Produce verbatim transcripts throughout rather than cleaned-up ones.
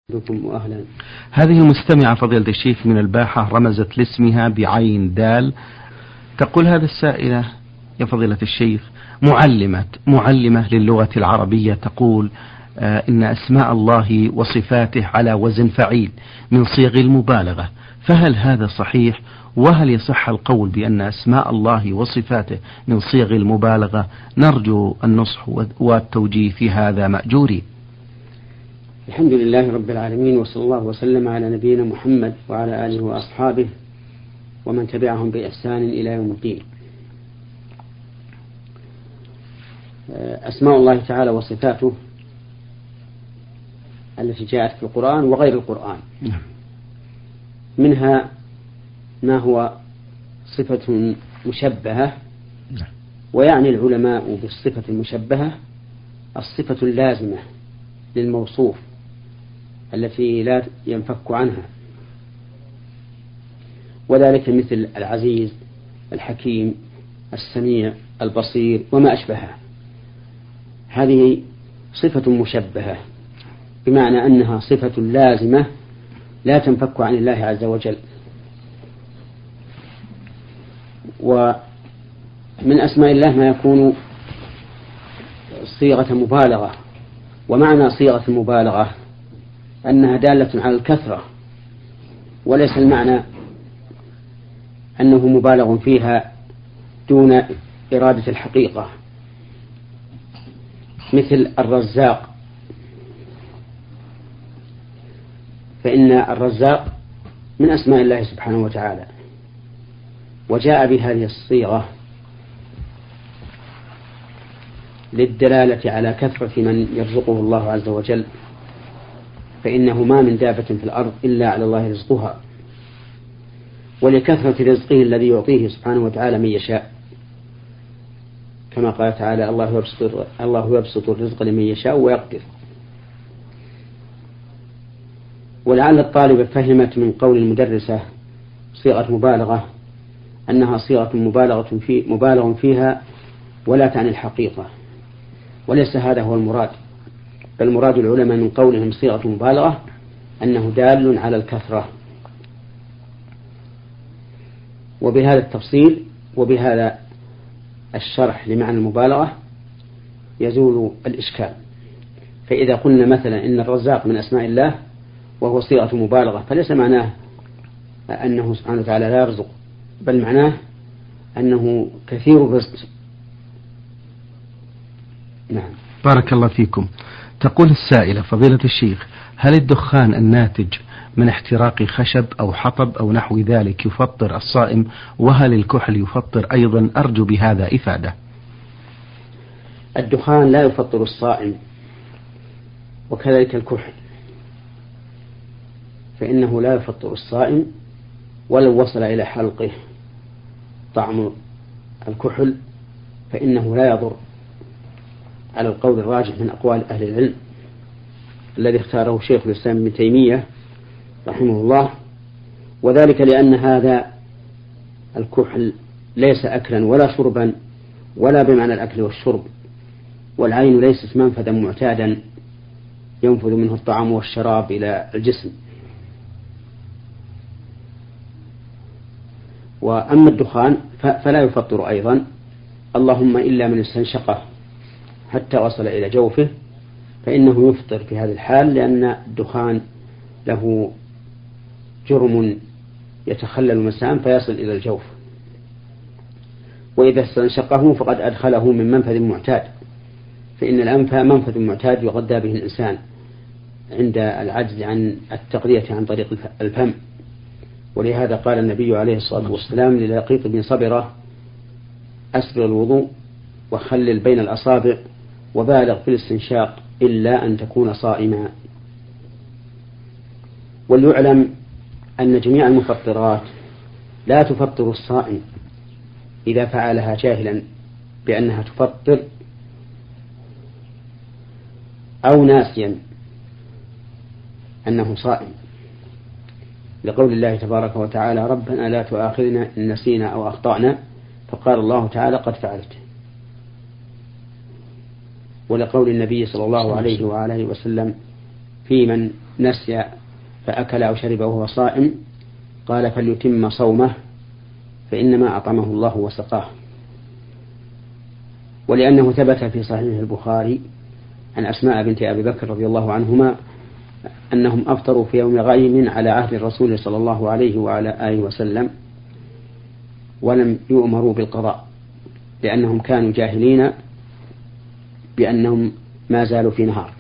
بكم وأهلا. هذه مستمعة فضيلة الشيخ من الباحة رمزت لاسمها بعين دال. تقول هذا السائلة: يا فضيلة الشيخ، معلمة معلمة للغة العربية تقول آه إن أسماء الله وصفاته على وزن فعيل من صيغ المبالغة، فهل هذا صحيح؟ وهل يصح القول بأن أسماء الله وصفاته من صيغ المبالغة؟ نرجو النصح والتوجيه في هذا مأجورين. الحمد لله رب العالمين، وصلى الله وسلم على نبينا محمد وعلى آله وأصحابه ومن تبعهم بإحسان إلى يوم الدين. أسماء الله تعالى وصفاته التي جاءت في القرآن وغير القرآن، منها ما هو صفة مشبهة، ويعني العلماء بالصفة المشبهة الصفة اللازمة للموصوف التي لا ينفك عنها، وذلك مثل العزيز، الحكيم، السميع، البصير وما أشبهها. هذه صفة مشبهة بمعنى أنها صفة لازمة لا تنفك عن الله عز وجل. ومن أسماء الله ما يكون صيغة مبالغة، ومعنى صيغة المبالغة أنها دالة على الكثرة، وليس المعنى أنه مبالغ فيها دون إرادة الحقيقة، مثل الرزاق، فإن الرزاق من أسماء الله سبحانه وتعالى، وجاء بهذه الصيغة للدلالة على كثرة من يرزقه الله عز وجل، فإنه ما من دابة في الأرض إلا على الله رزقها، ولكثرة رزقه الذي يعطيه سبحانه وتعالى من يشاء، كما قال تعالى: الله يبسط, الله يبسط الرزق لمن يشاء ويقدر. ولعل الطالب فهمت من قول المدرسة صيغة مبالغة أنها صيغة مبالغة في مبالغ فيها ولا تعني الحقيقة، وليس هذا هو المراد، بل مراد العلماء من قولهم صيغة مبالغة أنه دال على الكثرة. وبهذا التفصيل وبهذا الشرح لمعنى المبالغة يزول الإشكال. فإذا قلنا مثلا إن الرزاق من أسماء الله وهو صيغة مبالغة، فليس معناه أنه سبحانه وتعالى لا يرزق، بل معناه أنه كثير الرزق. نعم. بارك الله فيكم. تقول السائلة: فضيلة الشيخ، هل الدخان الناتج من احتراق خشب أو حطب أو نحو ذلك يفطر الصائم؟ وهل الكحل يفطر أيضا؟ أرجو بهذا إفادة. الدخان لا يفطر الصائم، وكذلك الكحل، فإنه لا يفطر الصائم ولو وصل إلى حلقه طعم الكحل، فإنه لا يضر، على القول الراجح من أقوال أهل العلم الذي اختاره شيخ الإسلام ابن تيمية رحمه الله، وذلك لأن هذا الكحل ليس أكلا ولا شربا ولا بمعنى الأكل والشرب، والعين ليست منفذا معتادا ينفذ منه الطعام والشراب إلى الجسم. وأما الدخان فلا يفطر أيضا، اللهم إلا من استنشقه حتى وصل إلى جوفه، فإنه يفطر في هذه الحال، لأن الدخان له جرم يتخلل المسام فيصل إلى الجوف، وإذا استنشقه فقد أدخله من منفذ معتاد، فإن الأنف منفذ معتاد يغذى به الإنسان عند العجز عن التغذية عن طريق الفم. ولهذا قال النبي عليه الصلاة والسلام للقيط بن صبرة: أسبغ الوضوء وخلل بين الأصابع وبالغ في الاستنشاق إلا أن تكون صائما. وليعلم أن جميع المفطرات لا تفطر الصائم إذا فعلها جاهلا بأنها تفطر أو ناسيا أنه صائم، لقول الله تبارك وتعالى: ربنا لا تؤاخذنا إن نسينا أو أخطأنا، فقال الله تعالى: قد فعلت. ولقول النبي صلى الله عليه وآله وسلم في من نسي فأكل أو شرب وهو صائم قال فليتم صومه فإنما أطعمه الله وسقاه. ولأنه ثبت في صحيح البخاري عن أسماء بنت أبي بكر رضي الله عنهما أنهم أفطروا في يوم غيم على عهد الرسول صلى الله عليه وعلى آله وسلم ولم يؤمروا بالقضاء لأنهم كانوا جاهلين بأنهم ما زالوا في نهار.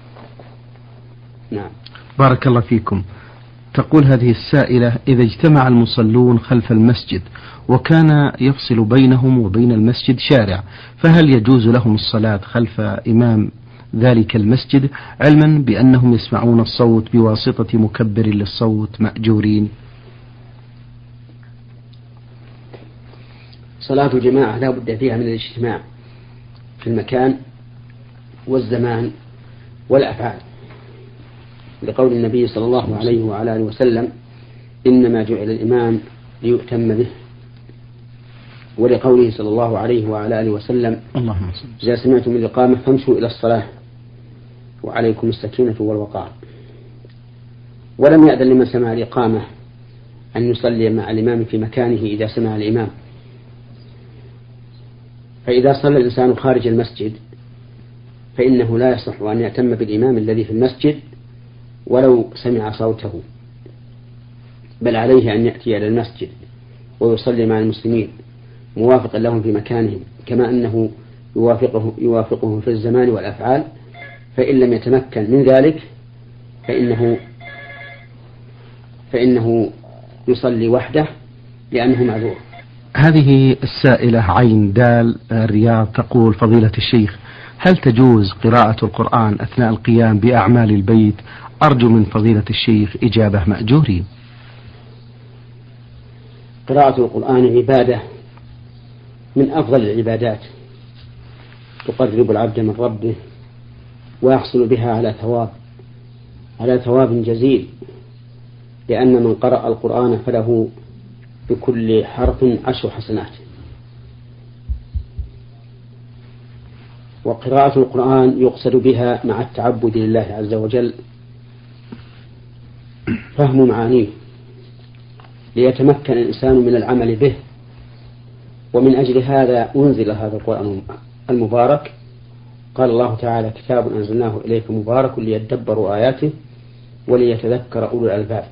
نعم. بارك الله فيكم. تقول هذه السائلة: إذا اجتمع المصلون خلف المسجد وكان يفصل بينهم وبين المسجد شارع، فهل يجوز لهم الصلاة خلف إمام ذلك المسجد علما بأنهم يسمعون الصوت بواسطة مكبر للصوت مأجورين؟ صلاة الجماعة لا بد فيها من الاجتماع في المكان والزمان والأفعال، لقول النبي صلى الله عليه وعلى آله وسلم: إنما جعل الإمام ليؤتم به، ولقوله صلى الله عليه وعلى آله وسلم: إذا سمعتم الإقامة فامشوا إلى الصلاة وعليكم السكينة والوقار. ولم يأذن لمن سمع الإقامة أن يصلي مع الإمام في مكانه إذا سمع الإمام. فإذا صلى الإنسان خارج المسجد فإنه لا يصح أن يأتم بالإمام الذي في المسجد ولو سمع صوته، بل عليه أن يأتي إلى المسجد ويصلي مع المسلمين موافقا لهم في مكانهم، كما أنه يوافقه يوافقهم في الزمان والأفعال. فإن لم يتمكن من ذلك فإنه فإنه يصلي وحده لأنه معذور. هذه السائلة عين دال الرياض تقول: فضيلة الشيخ، هل تجوز قراءة القرآن أثناء القيام بأعمال البيت؟ أرجو من فضيلة الشيخ إجابة مأجورين. قراءة القرآن عبادة من أفضل العبادات تقرب العبد من ربه ويحصل بها على ثواب على ثواب جزيل، لأن من قرأ القرآن فله بكل حرف عشر حسنات. وقراءة القرآن يقصد بها مع التعبد لله عز وجل فهم معانيه ليتمكن الإنسان من العمل به، ومن أجل هذا أنزل هذا القرآن المبارك. قال الله تعالى: كتاب أنزلناه إليك مبارك ليدبروا آياته وليتذكر أولو الألباب.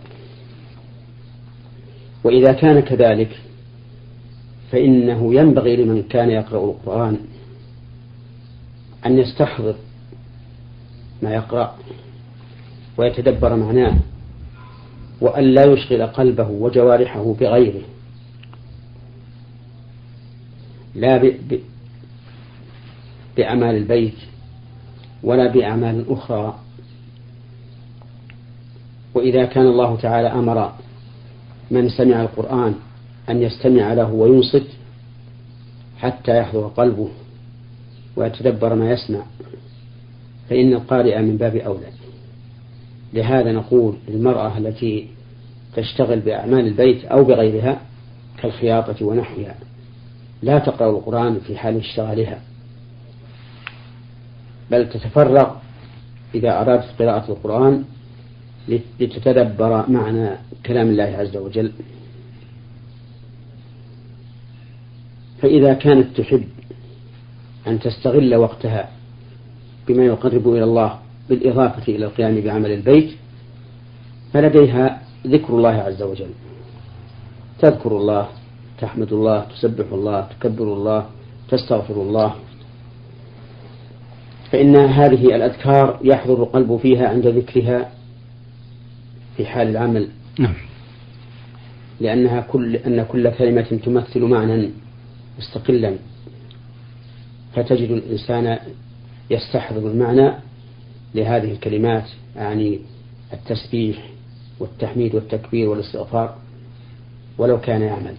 وإذا كان كذلك فإنه ينبغي لمن كان يقرأ القرآن أن يستحضر ما يقرأ ويتدبر معناه، وأن لا يشغل قلبه وجوارحه بغيره، لا ب... ب... بأعمال البيت ولا بأعمال أخرى. وإذا كان الله تعالى أمر من سمع القرآن أن يستمع له وينصت حتى يحضر قلبه ويتدبر ما يسمع، فإن القارئ من باب أولى. لهذا نقول للمرأة التي تشتغل بأعمال البيت أو بغيرها كالخياطة ونحوها لا تقرأ القرآن في حال اشتغالها، بل تتفرغ إذا أرادت قراءة القرآن لتتدبر معنى كلام الله عز وجل. فإذا كانت تحب أن تستغل وقتها بما يقرب إلى الله بالإضافة إلى القيام بعمل البيت فلديها ذكر الله عز وجل، تذكر الله، تحمد الله، تسبح الله، تكبر الله، تستغفر الله، فإن هذه الأذكار يحضر القلب فيها عند ذكرها في حال العمل. نعم. لأنها كل أن كل كلمة تمثل معنى مستقلا، فتجد الإنسان يستحضر المعنى لهذه الكلمات، يعني التسبيح والتحميد والتكبير والاستغفار، ولو كان يعمل.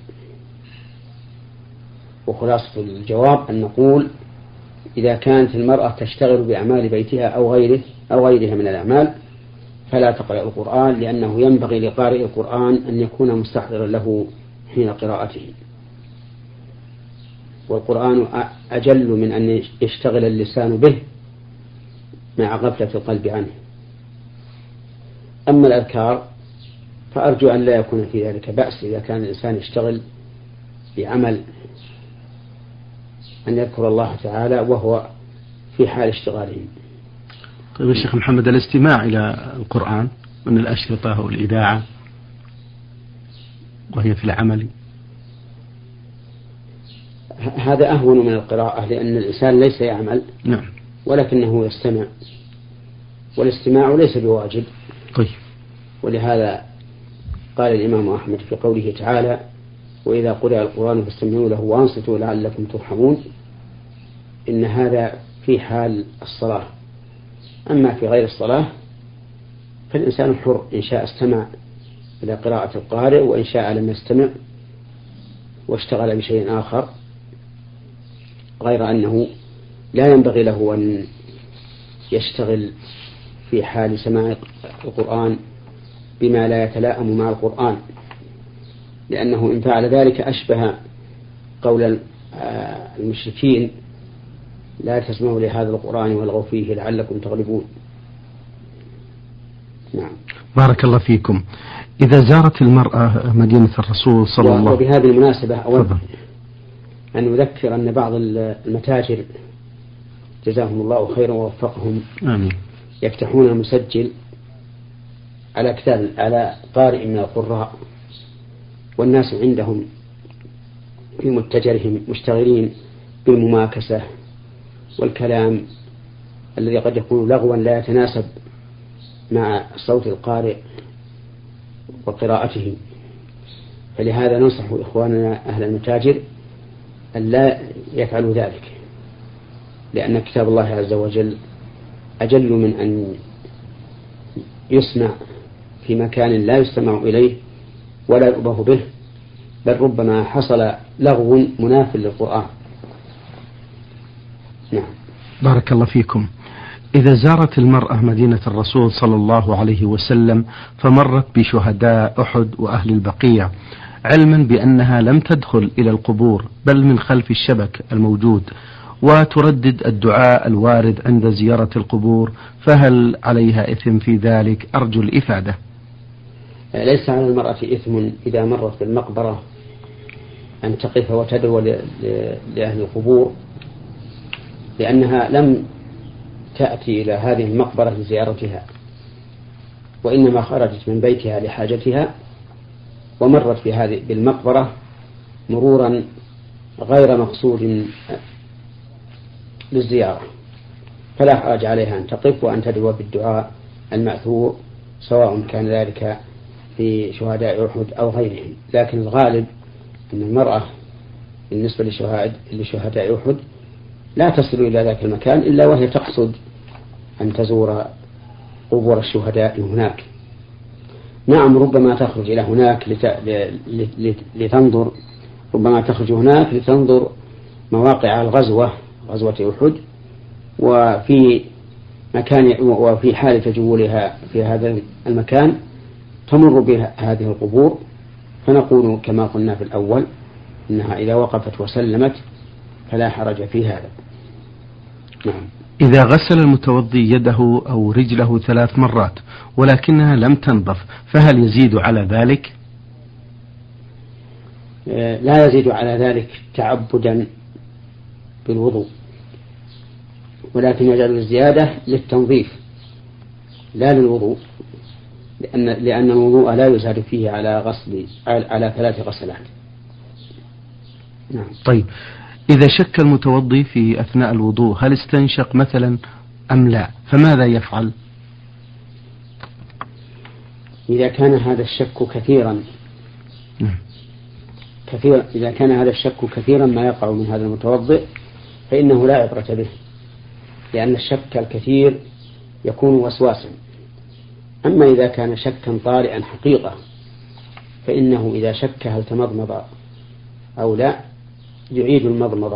وخلاصة الجواب أن نقول: إذا كانت المرأة تشتغل بأعمال بيتها أو غيره أو غيرها من الأعمال فلا تقرأ القرآن، لأنه ينبغي لقارئ القرآن أن يكون مستحضرا له حين قراءته، والقرآن أجل من أن يشتغل اللسان به مع غفلة القلب عنه. أما الأذكار فأرجو أن لا يكون في ذلك بأس إذا كان الإنسان يشتغل بعمل أن يذكر الله تعالى وهو في حال اشتغاله. طيب يا شيخ محمد، الاستماع إلى القرآن من الأشرطة والإذاعة وهي في العمل هذا أهون من القراءة، لأن الإنسان ليس يعمل نعم ولكنه يستمع، والاستماع ليس بواجب. طيب. ولهذا قال الإمام أحمد في قوله تعالى: وإذا قرأ القرآن فاستمعوا له وأنصتوا لعلكم ترحمون، إن هذا في حال الصلاة. أما في غير الصلاة فالإنسان حر، إن شاء استمع إلى قراءة القارئ وإن شاء لم يستمع واشتغل بشيء آخر، غير أنه لا ينبغي له أن يشتغل في حال سماع القرآن بما لا يتلائم مع القرآن، لأنه إن فعل ذلك أشبه قول المشركين: لا تسمعوا لهذا القرآن والغوا فيه لعلكم تغلبون. نعم. بارك الله فيكم. إذا زارت المرأة مدينة الرسول صلى الله عليه وسلم، وبهذه المناسبة أود أن نذكر أن بعض المتاجر جزاهم الله خيرا ووفقهم آمين يفتحون المسجل على كتاب على قارئ من القراء، والناس عندهم في متجرهم مشتغلين بالمماكسة والكلام الذي قد يكون لغوا لا يتناسب مع صوت القارئ وقراءته. فلهذا ننصح إخواننا أهل المتاجر أن لا يفعلوا ذلك، لأن كتاب الله عز وجل أجل من أن يسمع في مكان لا يستمع إليه ولا يؤبه به، بل ربما حصل لغو مناف للقرآن. نعم. بارك الله فيكم. إذا زارت المرأة مدينة الرسول صلى الله عليه وسلم فمرت بشهداء أحد وأهل البقيع، علما بأنها لم تدخل إلى القبور بل من خلف الشبك الموجود، وتردد الدعاء الوارد عند زيارة القبور، فهل عليها إثم في ذلك؟ أرجو الإفادة. ليس على المرأة إثم إذا مرت بالمقبرة أن تقف وتدعو لأهل القبور، لأنها لم تأتي إلى هذه المقبرة لزيارتها، وإنما خرجت من بيتها لحاجتها ومرت في هذه بالمقبرة مرورا غير مقصود للزيارة، فلا حرج عليها أن تقف وأن تدعو بالدعاء المأثور، سواء كان ذلك في شهداء أحد أو غيرهم. لكن الغالب أن المرأة بالنسبة لشهداء أحد لا تصل إلى ذاك المكان إلا وهي تقصد أن تزور قبور الشهداء هناك. نعم، ربما تخرج إلى هناك لتنظر ربما تخرج هناك لتنظر مواقع الغزوة، غزوة أحد، وفي مكان وفي حال تجولها في هذا المكان تمر بهذه القبور، فنقول كما قلنا في الأول إنها إذا وقفت وسلمت فلا حرج في هذا. نعم. إذا غسل المتوضي يده أو رجله ثلاث مرات ولكنها لم تنظف، فهل يزيد على ذلك؟ لا يزيد على ذلك تعبدا بالوضوء، ولكن يجعل الزيادة للتنظيف لا للوضوء، لأن لأن الوضوء لا يزاد فيه على غسل على ثلاث غسلات. نعم. طيب، إذا شك المتوضي في أثناء الوضوء هل استنشق مثلا أم لا، فماذا يفعل؟ إذا كان هذا الشك كثيرا نعم. كثيرا إذا كان هذا الشك كثيرا ما يقع من هذا المتوضئ فإنه لا عبرة به، لأن الشك الكثير يكون وسواسا. أما إذا كان شكا طارئا حقيقة فإنه إذا شك هل تمضمض أو لا يعيد المضمضة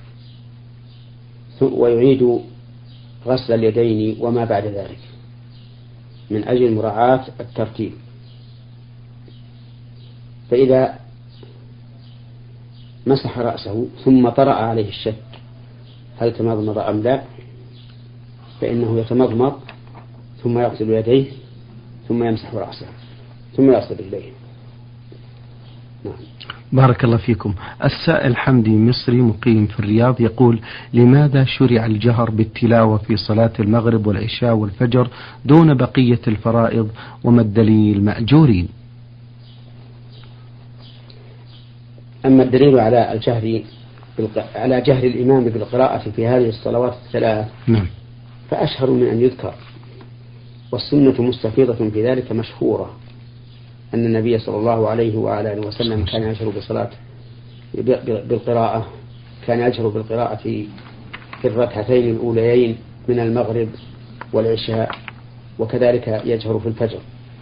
ويعيد غسل اليدين وما بعد ذلك من أجل مراعاة الترتيب. فإذا مسح رأسه ثم طرأ عليه الشك هل تمضمض أم لا، فإنه يتمضمض ثم يغسل يديه ثم يمسح رأسه ثم يصل إليه. نعم. بارك الله فيكم. السائل حمدي مصري مقيم في الرياض يقول: لماذا شرع الجهر بالتلاوة في صلاة المغرب والعشاء والفجر دون بقية الفرائض، وما الدليل مأجورين؟ أما الدليل على الجهر على جهر الإمام بالقراءة في هذه الصلوات الثلاث نعم. فأشهر من أن يذكر، والسنة مستفيضة في ذلك مشهورة، أن النبي صلى الله عليه وعلى آله وسلم كان يجهر بالصلاة بالقراءة كان يجهر بالقراءة في الركعتين الأوليين من المغرب والعشاء، وكذلك يجهر في الفجر.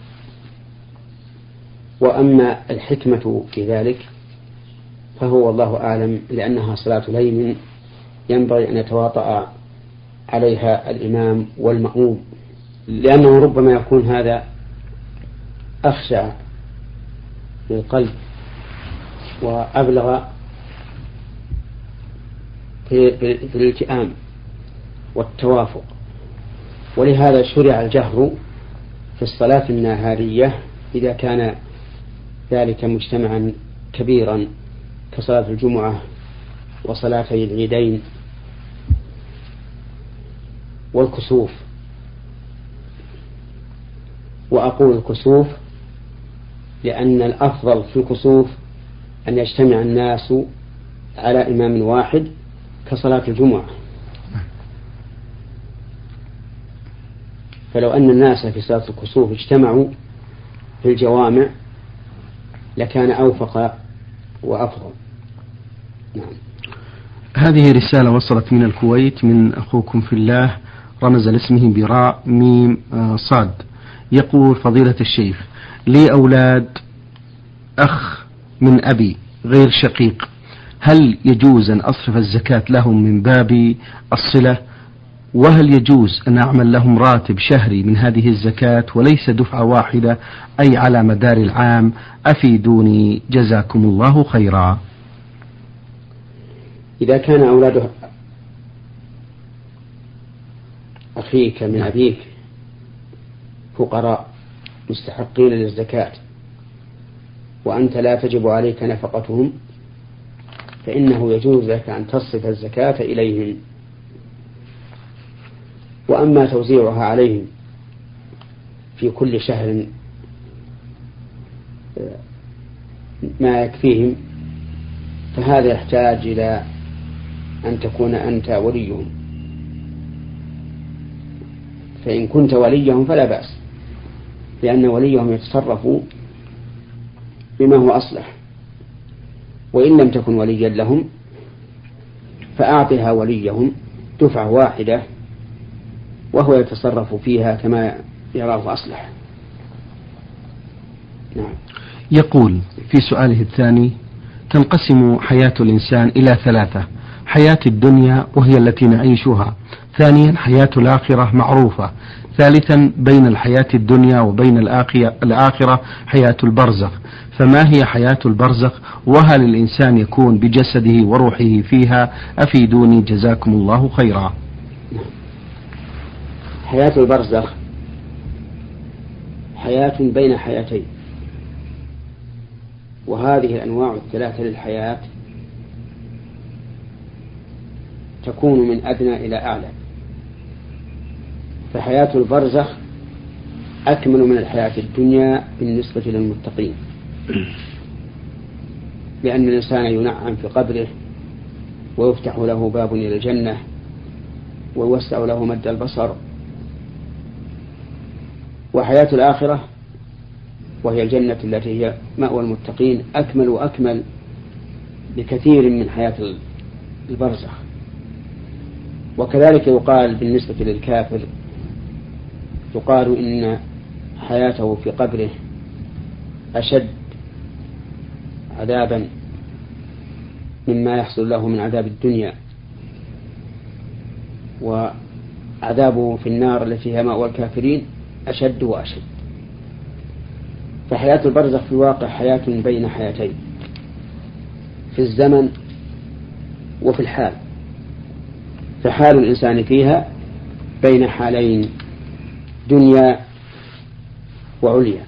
وأما الحكمة في ذلك فهو والله أعلم، لأنها صلاة ليل ينبغي أن يتواطأ عليها الإمام والمأموم، لأنه ربما يكون هذا أخشع للقلب وأبلغ في, في, في الالتئام والتوافق. ولهذا شرع الجهر في الصلاة النهارية إذا كان ذلك مجتمعا كبيرا كصلاة الجمعة وصلاتي العيدين والكسوف. وأقول الكسوف لأن الأفضل في الكسوف أن يجتمع الناس على إمام واحد كصلاة الجمعة، فلو أن الناس في صلاة الكسوف اجتمعوا في الجوامع لكان أوفق وأفضل. نعم. هذه رسالة وصلت من الكويت من أخوكم في الله رمز لاسمه براء ميم صاد، يقول: فضيلة الشيخ، لي أولاد أخ من أبي غير شقيق، هل يجوز أن أصرف الزكاة لهم من باب الصلة؟ وهل يجوز أن أعمل لهم راتب شهري من هذه الزكاة وليس دفعة واحدة أي على مدار العام؟ أفيدوني جزاكم الله خيرا. إذا كان أولاد أخيك من أبيك فقراء مستحقين للزكاة وأنت لا تجب عليك نفقتهم، فإنه يجوز لك أن تصرف الزكاة إليهم. وأما توزيعها عليهم في كل شهر ما يكفيهم فهذا يحتاج إلى أن تكون أنت وليهم، فإن كنت وليهم فلا بأس، لأن وليهم يتصرف بما هو أصلح. وإن لم تكن وليا لهم فأعطها وليهم دفعة واحدة وهو يتصرف فيها كما يراه أصلح. نعم. يقول في سؤاله الثاني: تنقسم حياة الإنسان إلى ثلاثة: حياة الدنيا وهي التي نعيشها، ثانيا حياة الآخرة معروفة، ثالثا بين الحياة الدنيا وبين الآخرة حياة البرزخ، فما هي حياة البرزخ؟ وهل الإنسان يكون بجسده وروحه فيها؟ أفيدوني جزاكم الله خيرا. حياة البرزخ حياة بين حياتين، وهذه الأنواع الثلاثة للحياة تكون من أدنى إلى أعلى، فحياة البرزخ أكمل من الحياة الدنيا بالنسبة للمتقين، لأن الإنسان ينعم في قبره ويفتح له باب إلى الجنة ويوسع له مد البصر. وحياة الآخرة وهي الجنة التي هي مأوى المتقين أكمل وأكمل بكثير من حياة البرزخ. وكذلك يقال بالنسبة للكافر، يقال إن حياته في قبره أشد عذابا مما يحصل له من عذاب الدنيا، وعذابه في النار التي هي مأوى الكافرين أشد وأشد. فحياة البرزخ في الواقع حياة بين حياتين في الزمن وفي الحال، فحال الإنسان فيها بين حالين: دنيا وعليا،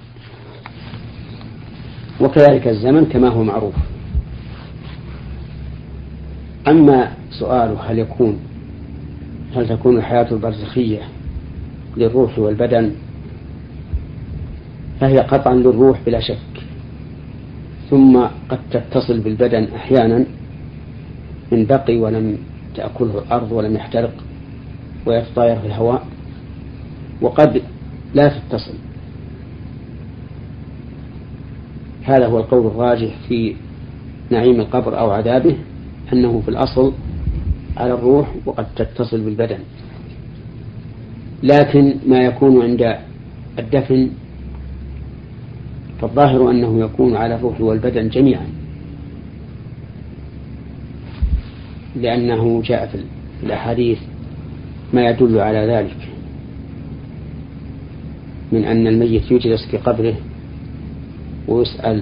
وكذلك الزمن كما هو معروف. أما سؤاله هل يكون هل تكون الحياة البرزخية للروح والبدن، فهي قطعا للروح بلا شك، ثم قد تتصل بالبدن أحيانا إن بقي ولم تأكله الأرض ولم يحترق ويتطاير في الهواء، وقد لا تتصل. هذا هو القول الراجح في نعيم القبر أو عذابه، أنه في الأصل على الروح وقد تتصل بالبدن. لكن ما يكون عند الدفن فالظاهر أنه يكون على الروح والبدن جميعا، لأنه جاء في الأحاديث ما يدل على ذلك من أن الميت يجلس في قبره ويسأل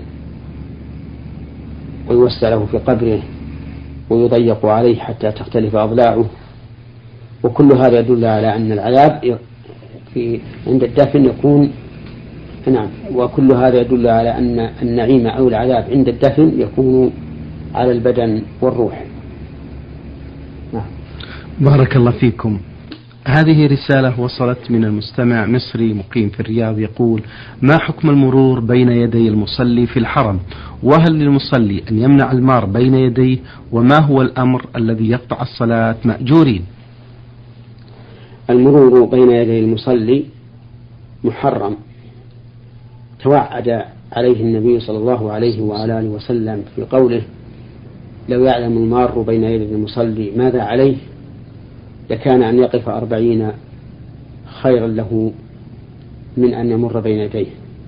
ويوسع له في قبره ويضيق عليه حتى تختلف أضلاعه، وكل هذا يدل على أن العذاب في عند الدفن يكون نعم وكل هذا يدل على أن النعيم أو العذاب عند الدفن يكون على البدن والروح. نعم. بارك الله فيكم. هذه رسالة وصلت من المستمع مصري مقيم في الرياض يقول: ما حكم المرور بين يدي المصلي في الحرم؟ وهل للمصلي أن يمنع المار بين يديه؟ وما هو الأمر الذي يقطع الصلاة مأجورين؟ المرور بين يدي المصلي محرم، توعد عليه النبي صلى الله عليه وعلى آله وسلم في قوله: لو يعلم المار بين يدي المصلي ماذا عليه لكان أن يقف أربعين خيرا له من أن يمر بين يديه.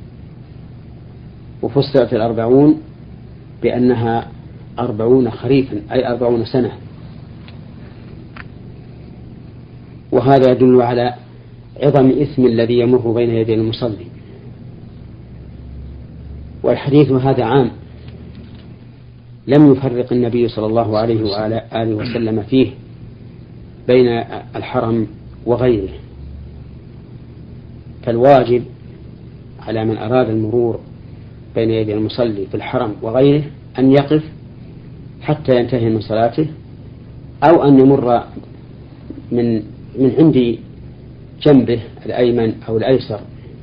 وفسرت الأربعون بأنها أربعون خريفا أي أربعون سنة، وهذا يدل على عظم إثم الذي يمر بين يدي المصلي. والحديث هذا عام، لم يفرق النبي صلى الله عليه وعلى آله وسلم فيه بين الحرم وغيره، فالواجب على من أراد المرور بين يدي المصلي في الحرم وغيره أن يقف حتى ينتهي من صلاته، أو أن يمر من من عند جنبه الأيمن أو الأيسر،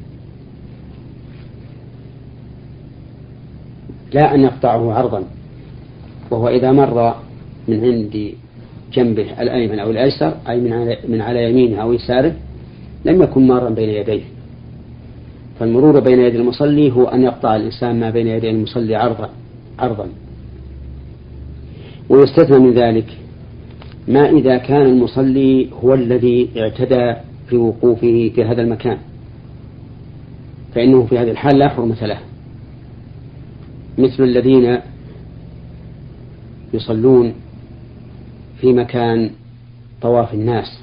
لا أن يقطعه عرضا. وهو إذا مر من عند جنبه الأيمن أو الأيسر أي من على, من على يمينه أو يساره لم يكن مارا بين يديه. فالمرور بين يدي المصلي هو أن يقطع الإنسان ما بين يدي المصلي عرضا عرضا. ويستثنى من ذلك ما إذا كان المصلي هو الذي اعتدى في وقوفه في هذا المكان، فإنه في هذه الحال لا حرمة له، مثل الذين يصلون في مكان طواف الناس،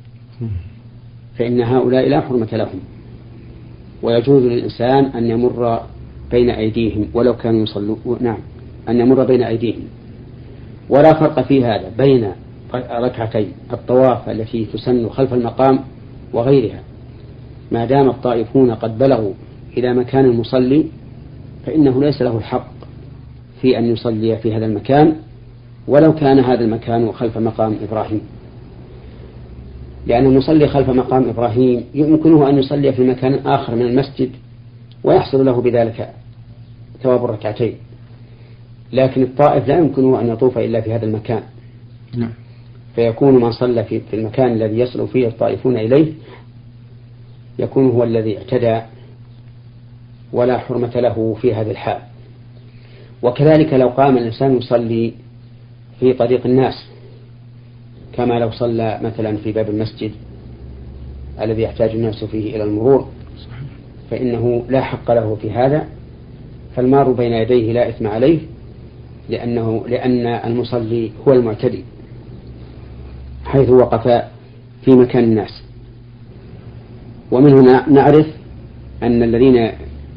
فإن هؤلاء لا حرمة لهم، ويجوز للإنسان أن يمر بين أيديهم ولو كانوا يصلون، نعم أن يمر بين أيديهم. ولا فرق في هذا بين ركعتي الطواف التي تسن خلف المقام وغيرها، ما دام الطائفون قد بلغوا إلى مكان المصلي فإنه ليس له الحق في أن يصلي في هذا المكان ولو كان هذا المكان خلف مقام إبراهيم، لأن المصلي خلف مقام إبراهيم يمكنه أن يصلي في مكان آخر من المسجد ويحصل له بذلك ثواب الركعتين، لكن الطائف لا يمكنه أن يطوف إلا في هذا المكان، فيكون من صلى في المكان الذي يصل فيه الطائفون إليه يكون هو الذي اعتدى ولا حرمة له في هذه الحال. وكذلك لو قام الإنسان يصلي في طريق الناس كما لو صلى مثلا في باب المسجد الذي يحتاج الناس فيه إلى المرور فإنه لا حق له في هذا، فالمار بين يديه لا إثم عليه، لأنه لأن المصلي هو المعتدي حيث وقف في مكان الناس. ومن هنا نعرف أن الذين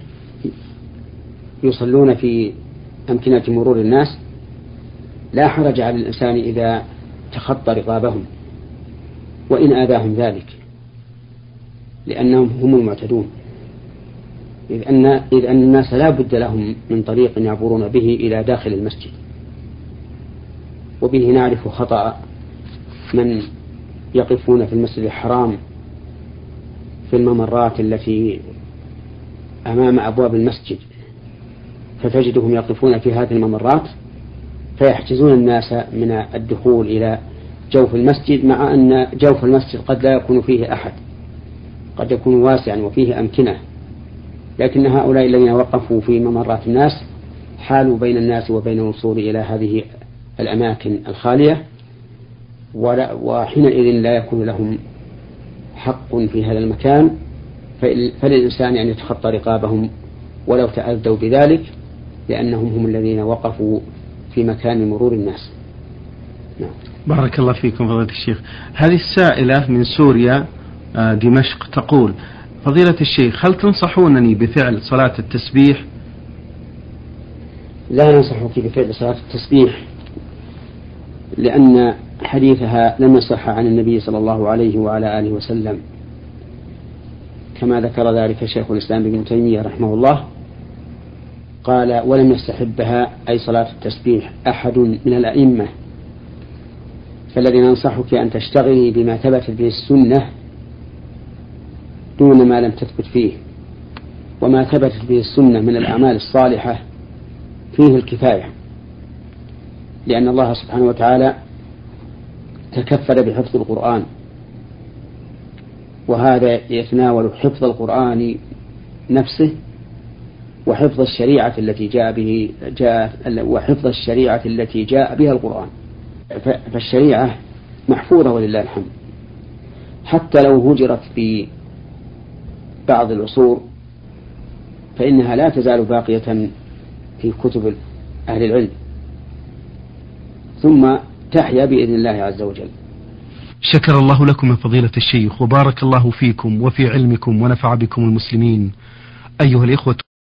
يصلون في أمكنة مرور الناس لا حرج على الإنسان إذا تخطى رقابهم وإن آذاهم ذلك، لأنهم هم المعتدون. إذ أن, إذ أن الناس لا بد لهم من طريق يعبرون به إلى داخل المسجد، وبه نعرف خطأ من يقفون في المسجد الحرام في الممرات التي أمام أبواب المسجد، فتجدهم يقفون في هذه الممرات فيحجزون الناس من الدخول إلى جوف المسجد، مع أن جوف المسجد قد لا يكون فيه أحد، قد يكون واسعا وفيه أمكنة، لكن هؤلاء الذين وقفوا في ممرات الناس حالوا بين الناس وبين الوصول إلى هذه الأماكن الخالية، وحينئذ لا يكون لهم حق في هذا المكان، فللإنسان أن يتخطى رقابهم ولو تأذوا بذلك، لأنهم هم الذين وقفوا في مكان مرور الناس. نعم. بارك الله فيكم فضيلة الشيخ. هذه السائلة من سوريا دمشق تقول: فضيلة الشيخ، هل تنصحونني بفعل صلاة التسبيح؟ لا ننصحك بفعل صلاة التسبيح، لأن حديثها لم يصح عن النبي صلى الله عليه وعلى آله وسلم، كما ذكر ذلك شيخ الإسلام ابن تيمية رحمه الله، قال: ولم يستحبها أي صلاة التسبيح أحد من الأئمة. فالذي ننصحك أن تشتغلي بما ثبتت به السنة دون ما لم تثبت فيه، وما ثبتت به السنة من الأعمال الصالحة فيه الكفاية، لأن الله سبحانه وتعالى تكفل بحفظ القرآن، وهذا يتناول حفظ القرآن نفسه وحفظ الشريعة التي جاء به جاء وحفظ الشريعة التي جاء بها القرآن. فالشريعة محفوظة ولله الحمد، حتى لو هجرت في بعض العصور فإنها لا تزال باقية في كتب أهل العلم، ثم تحيا بإذن الله عز وجل. شكر الله لكم يا فضيلة الشيخ، وبارك الله فيكم وفي علمكم ونفع بكم المسلمين. أيها الإخوة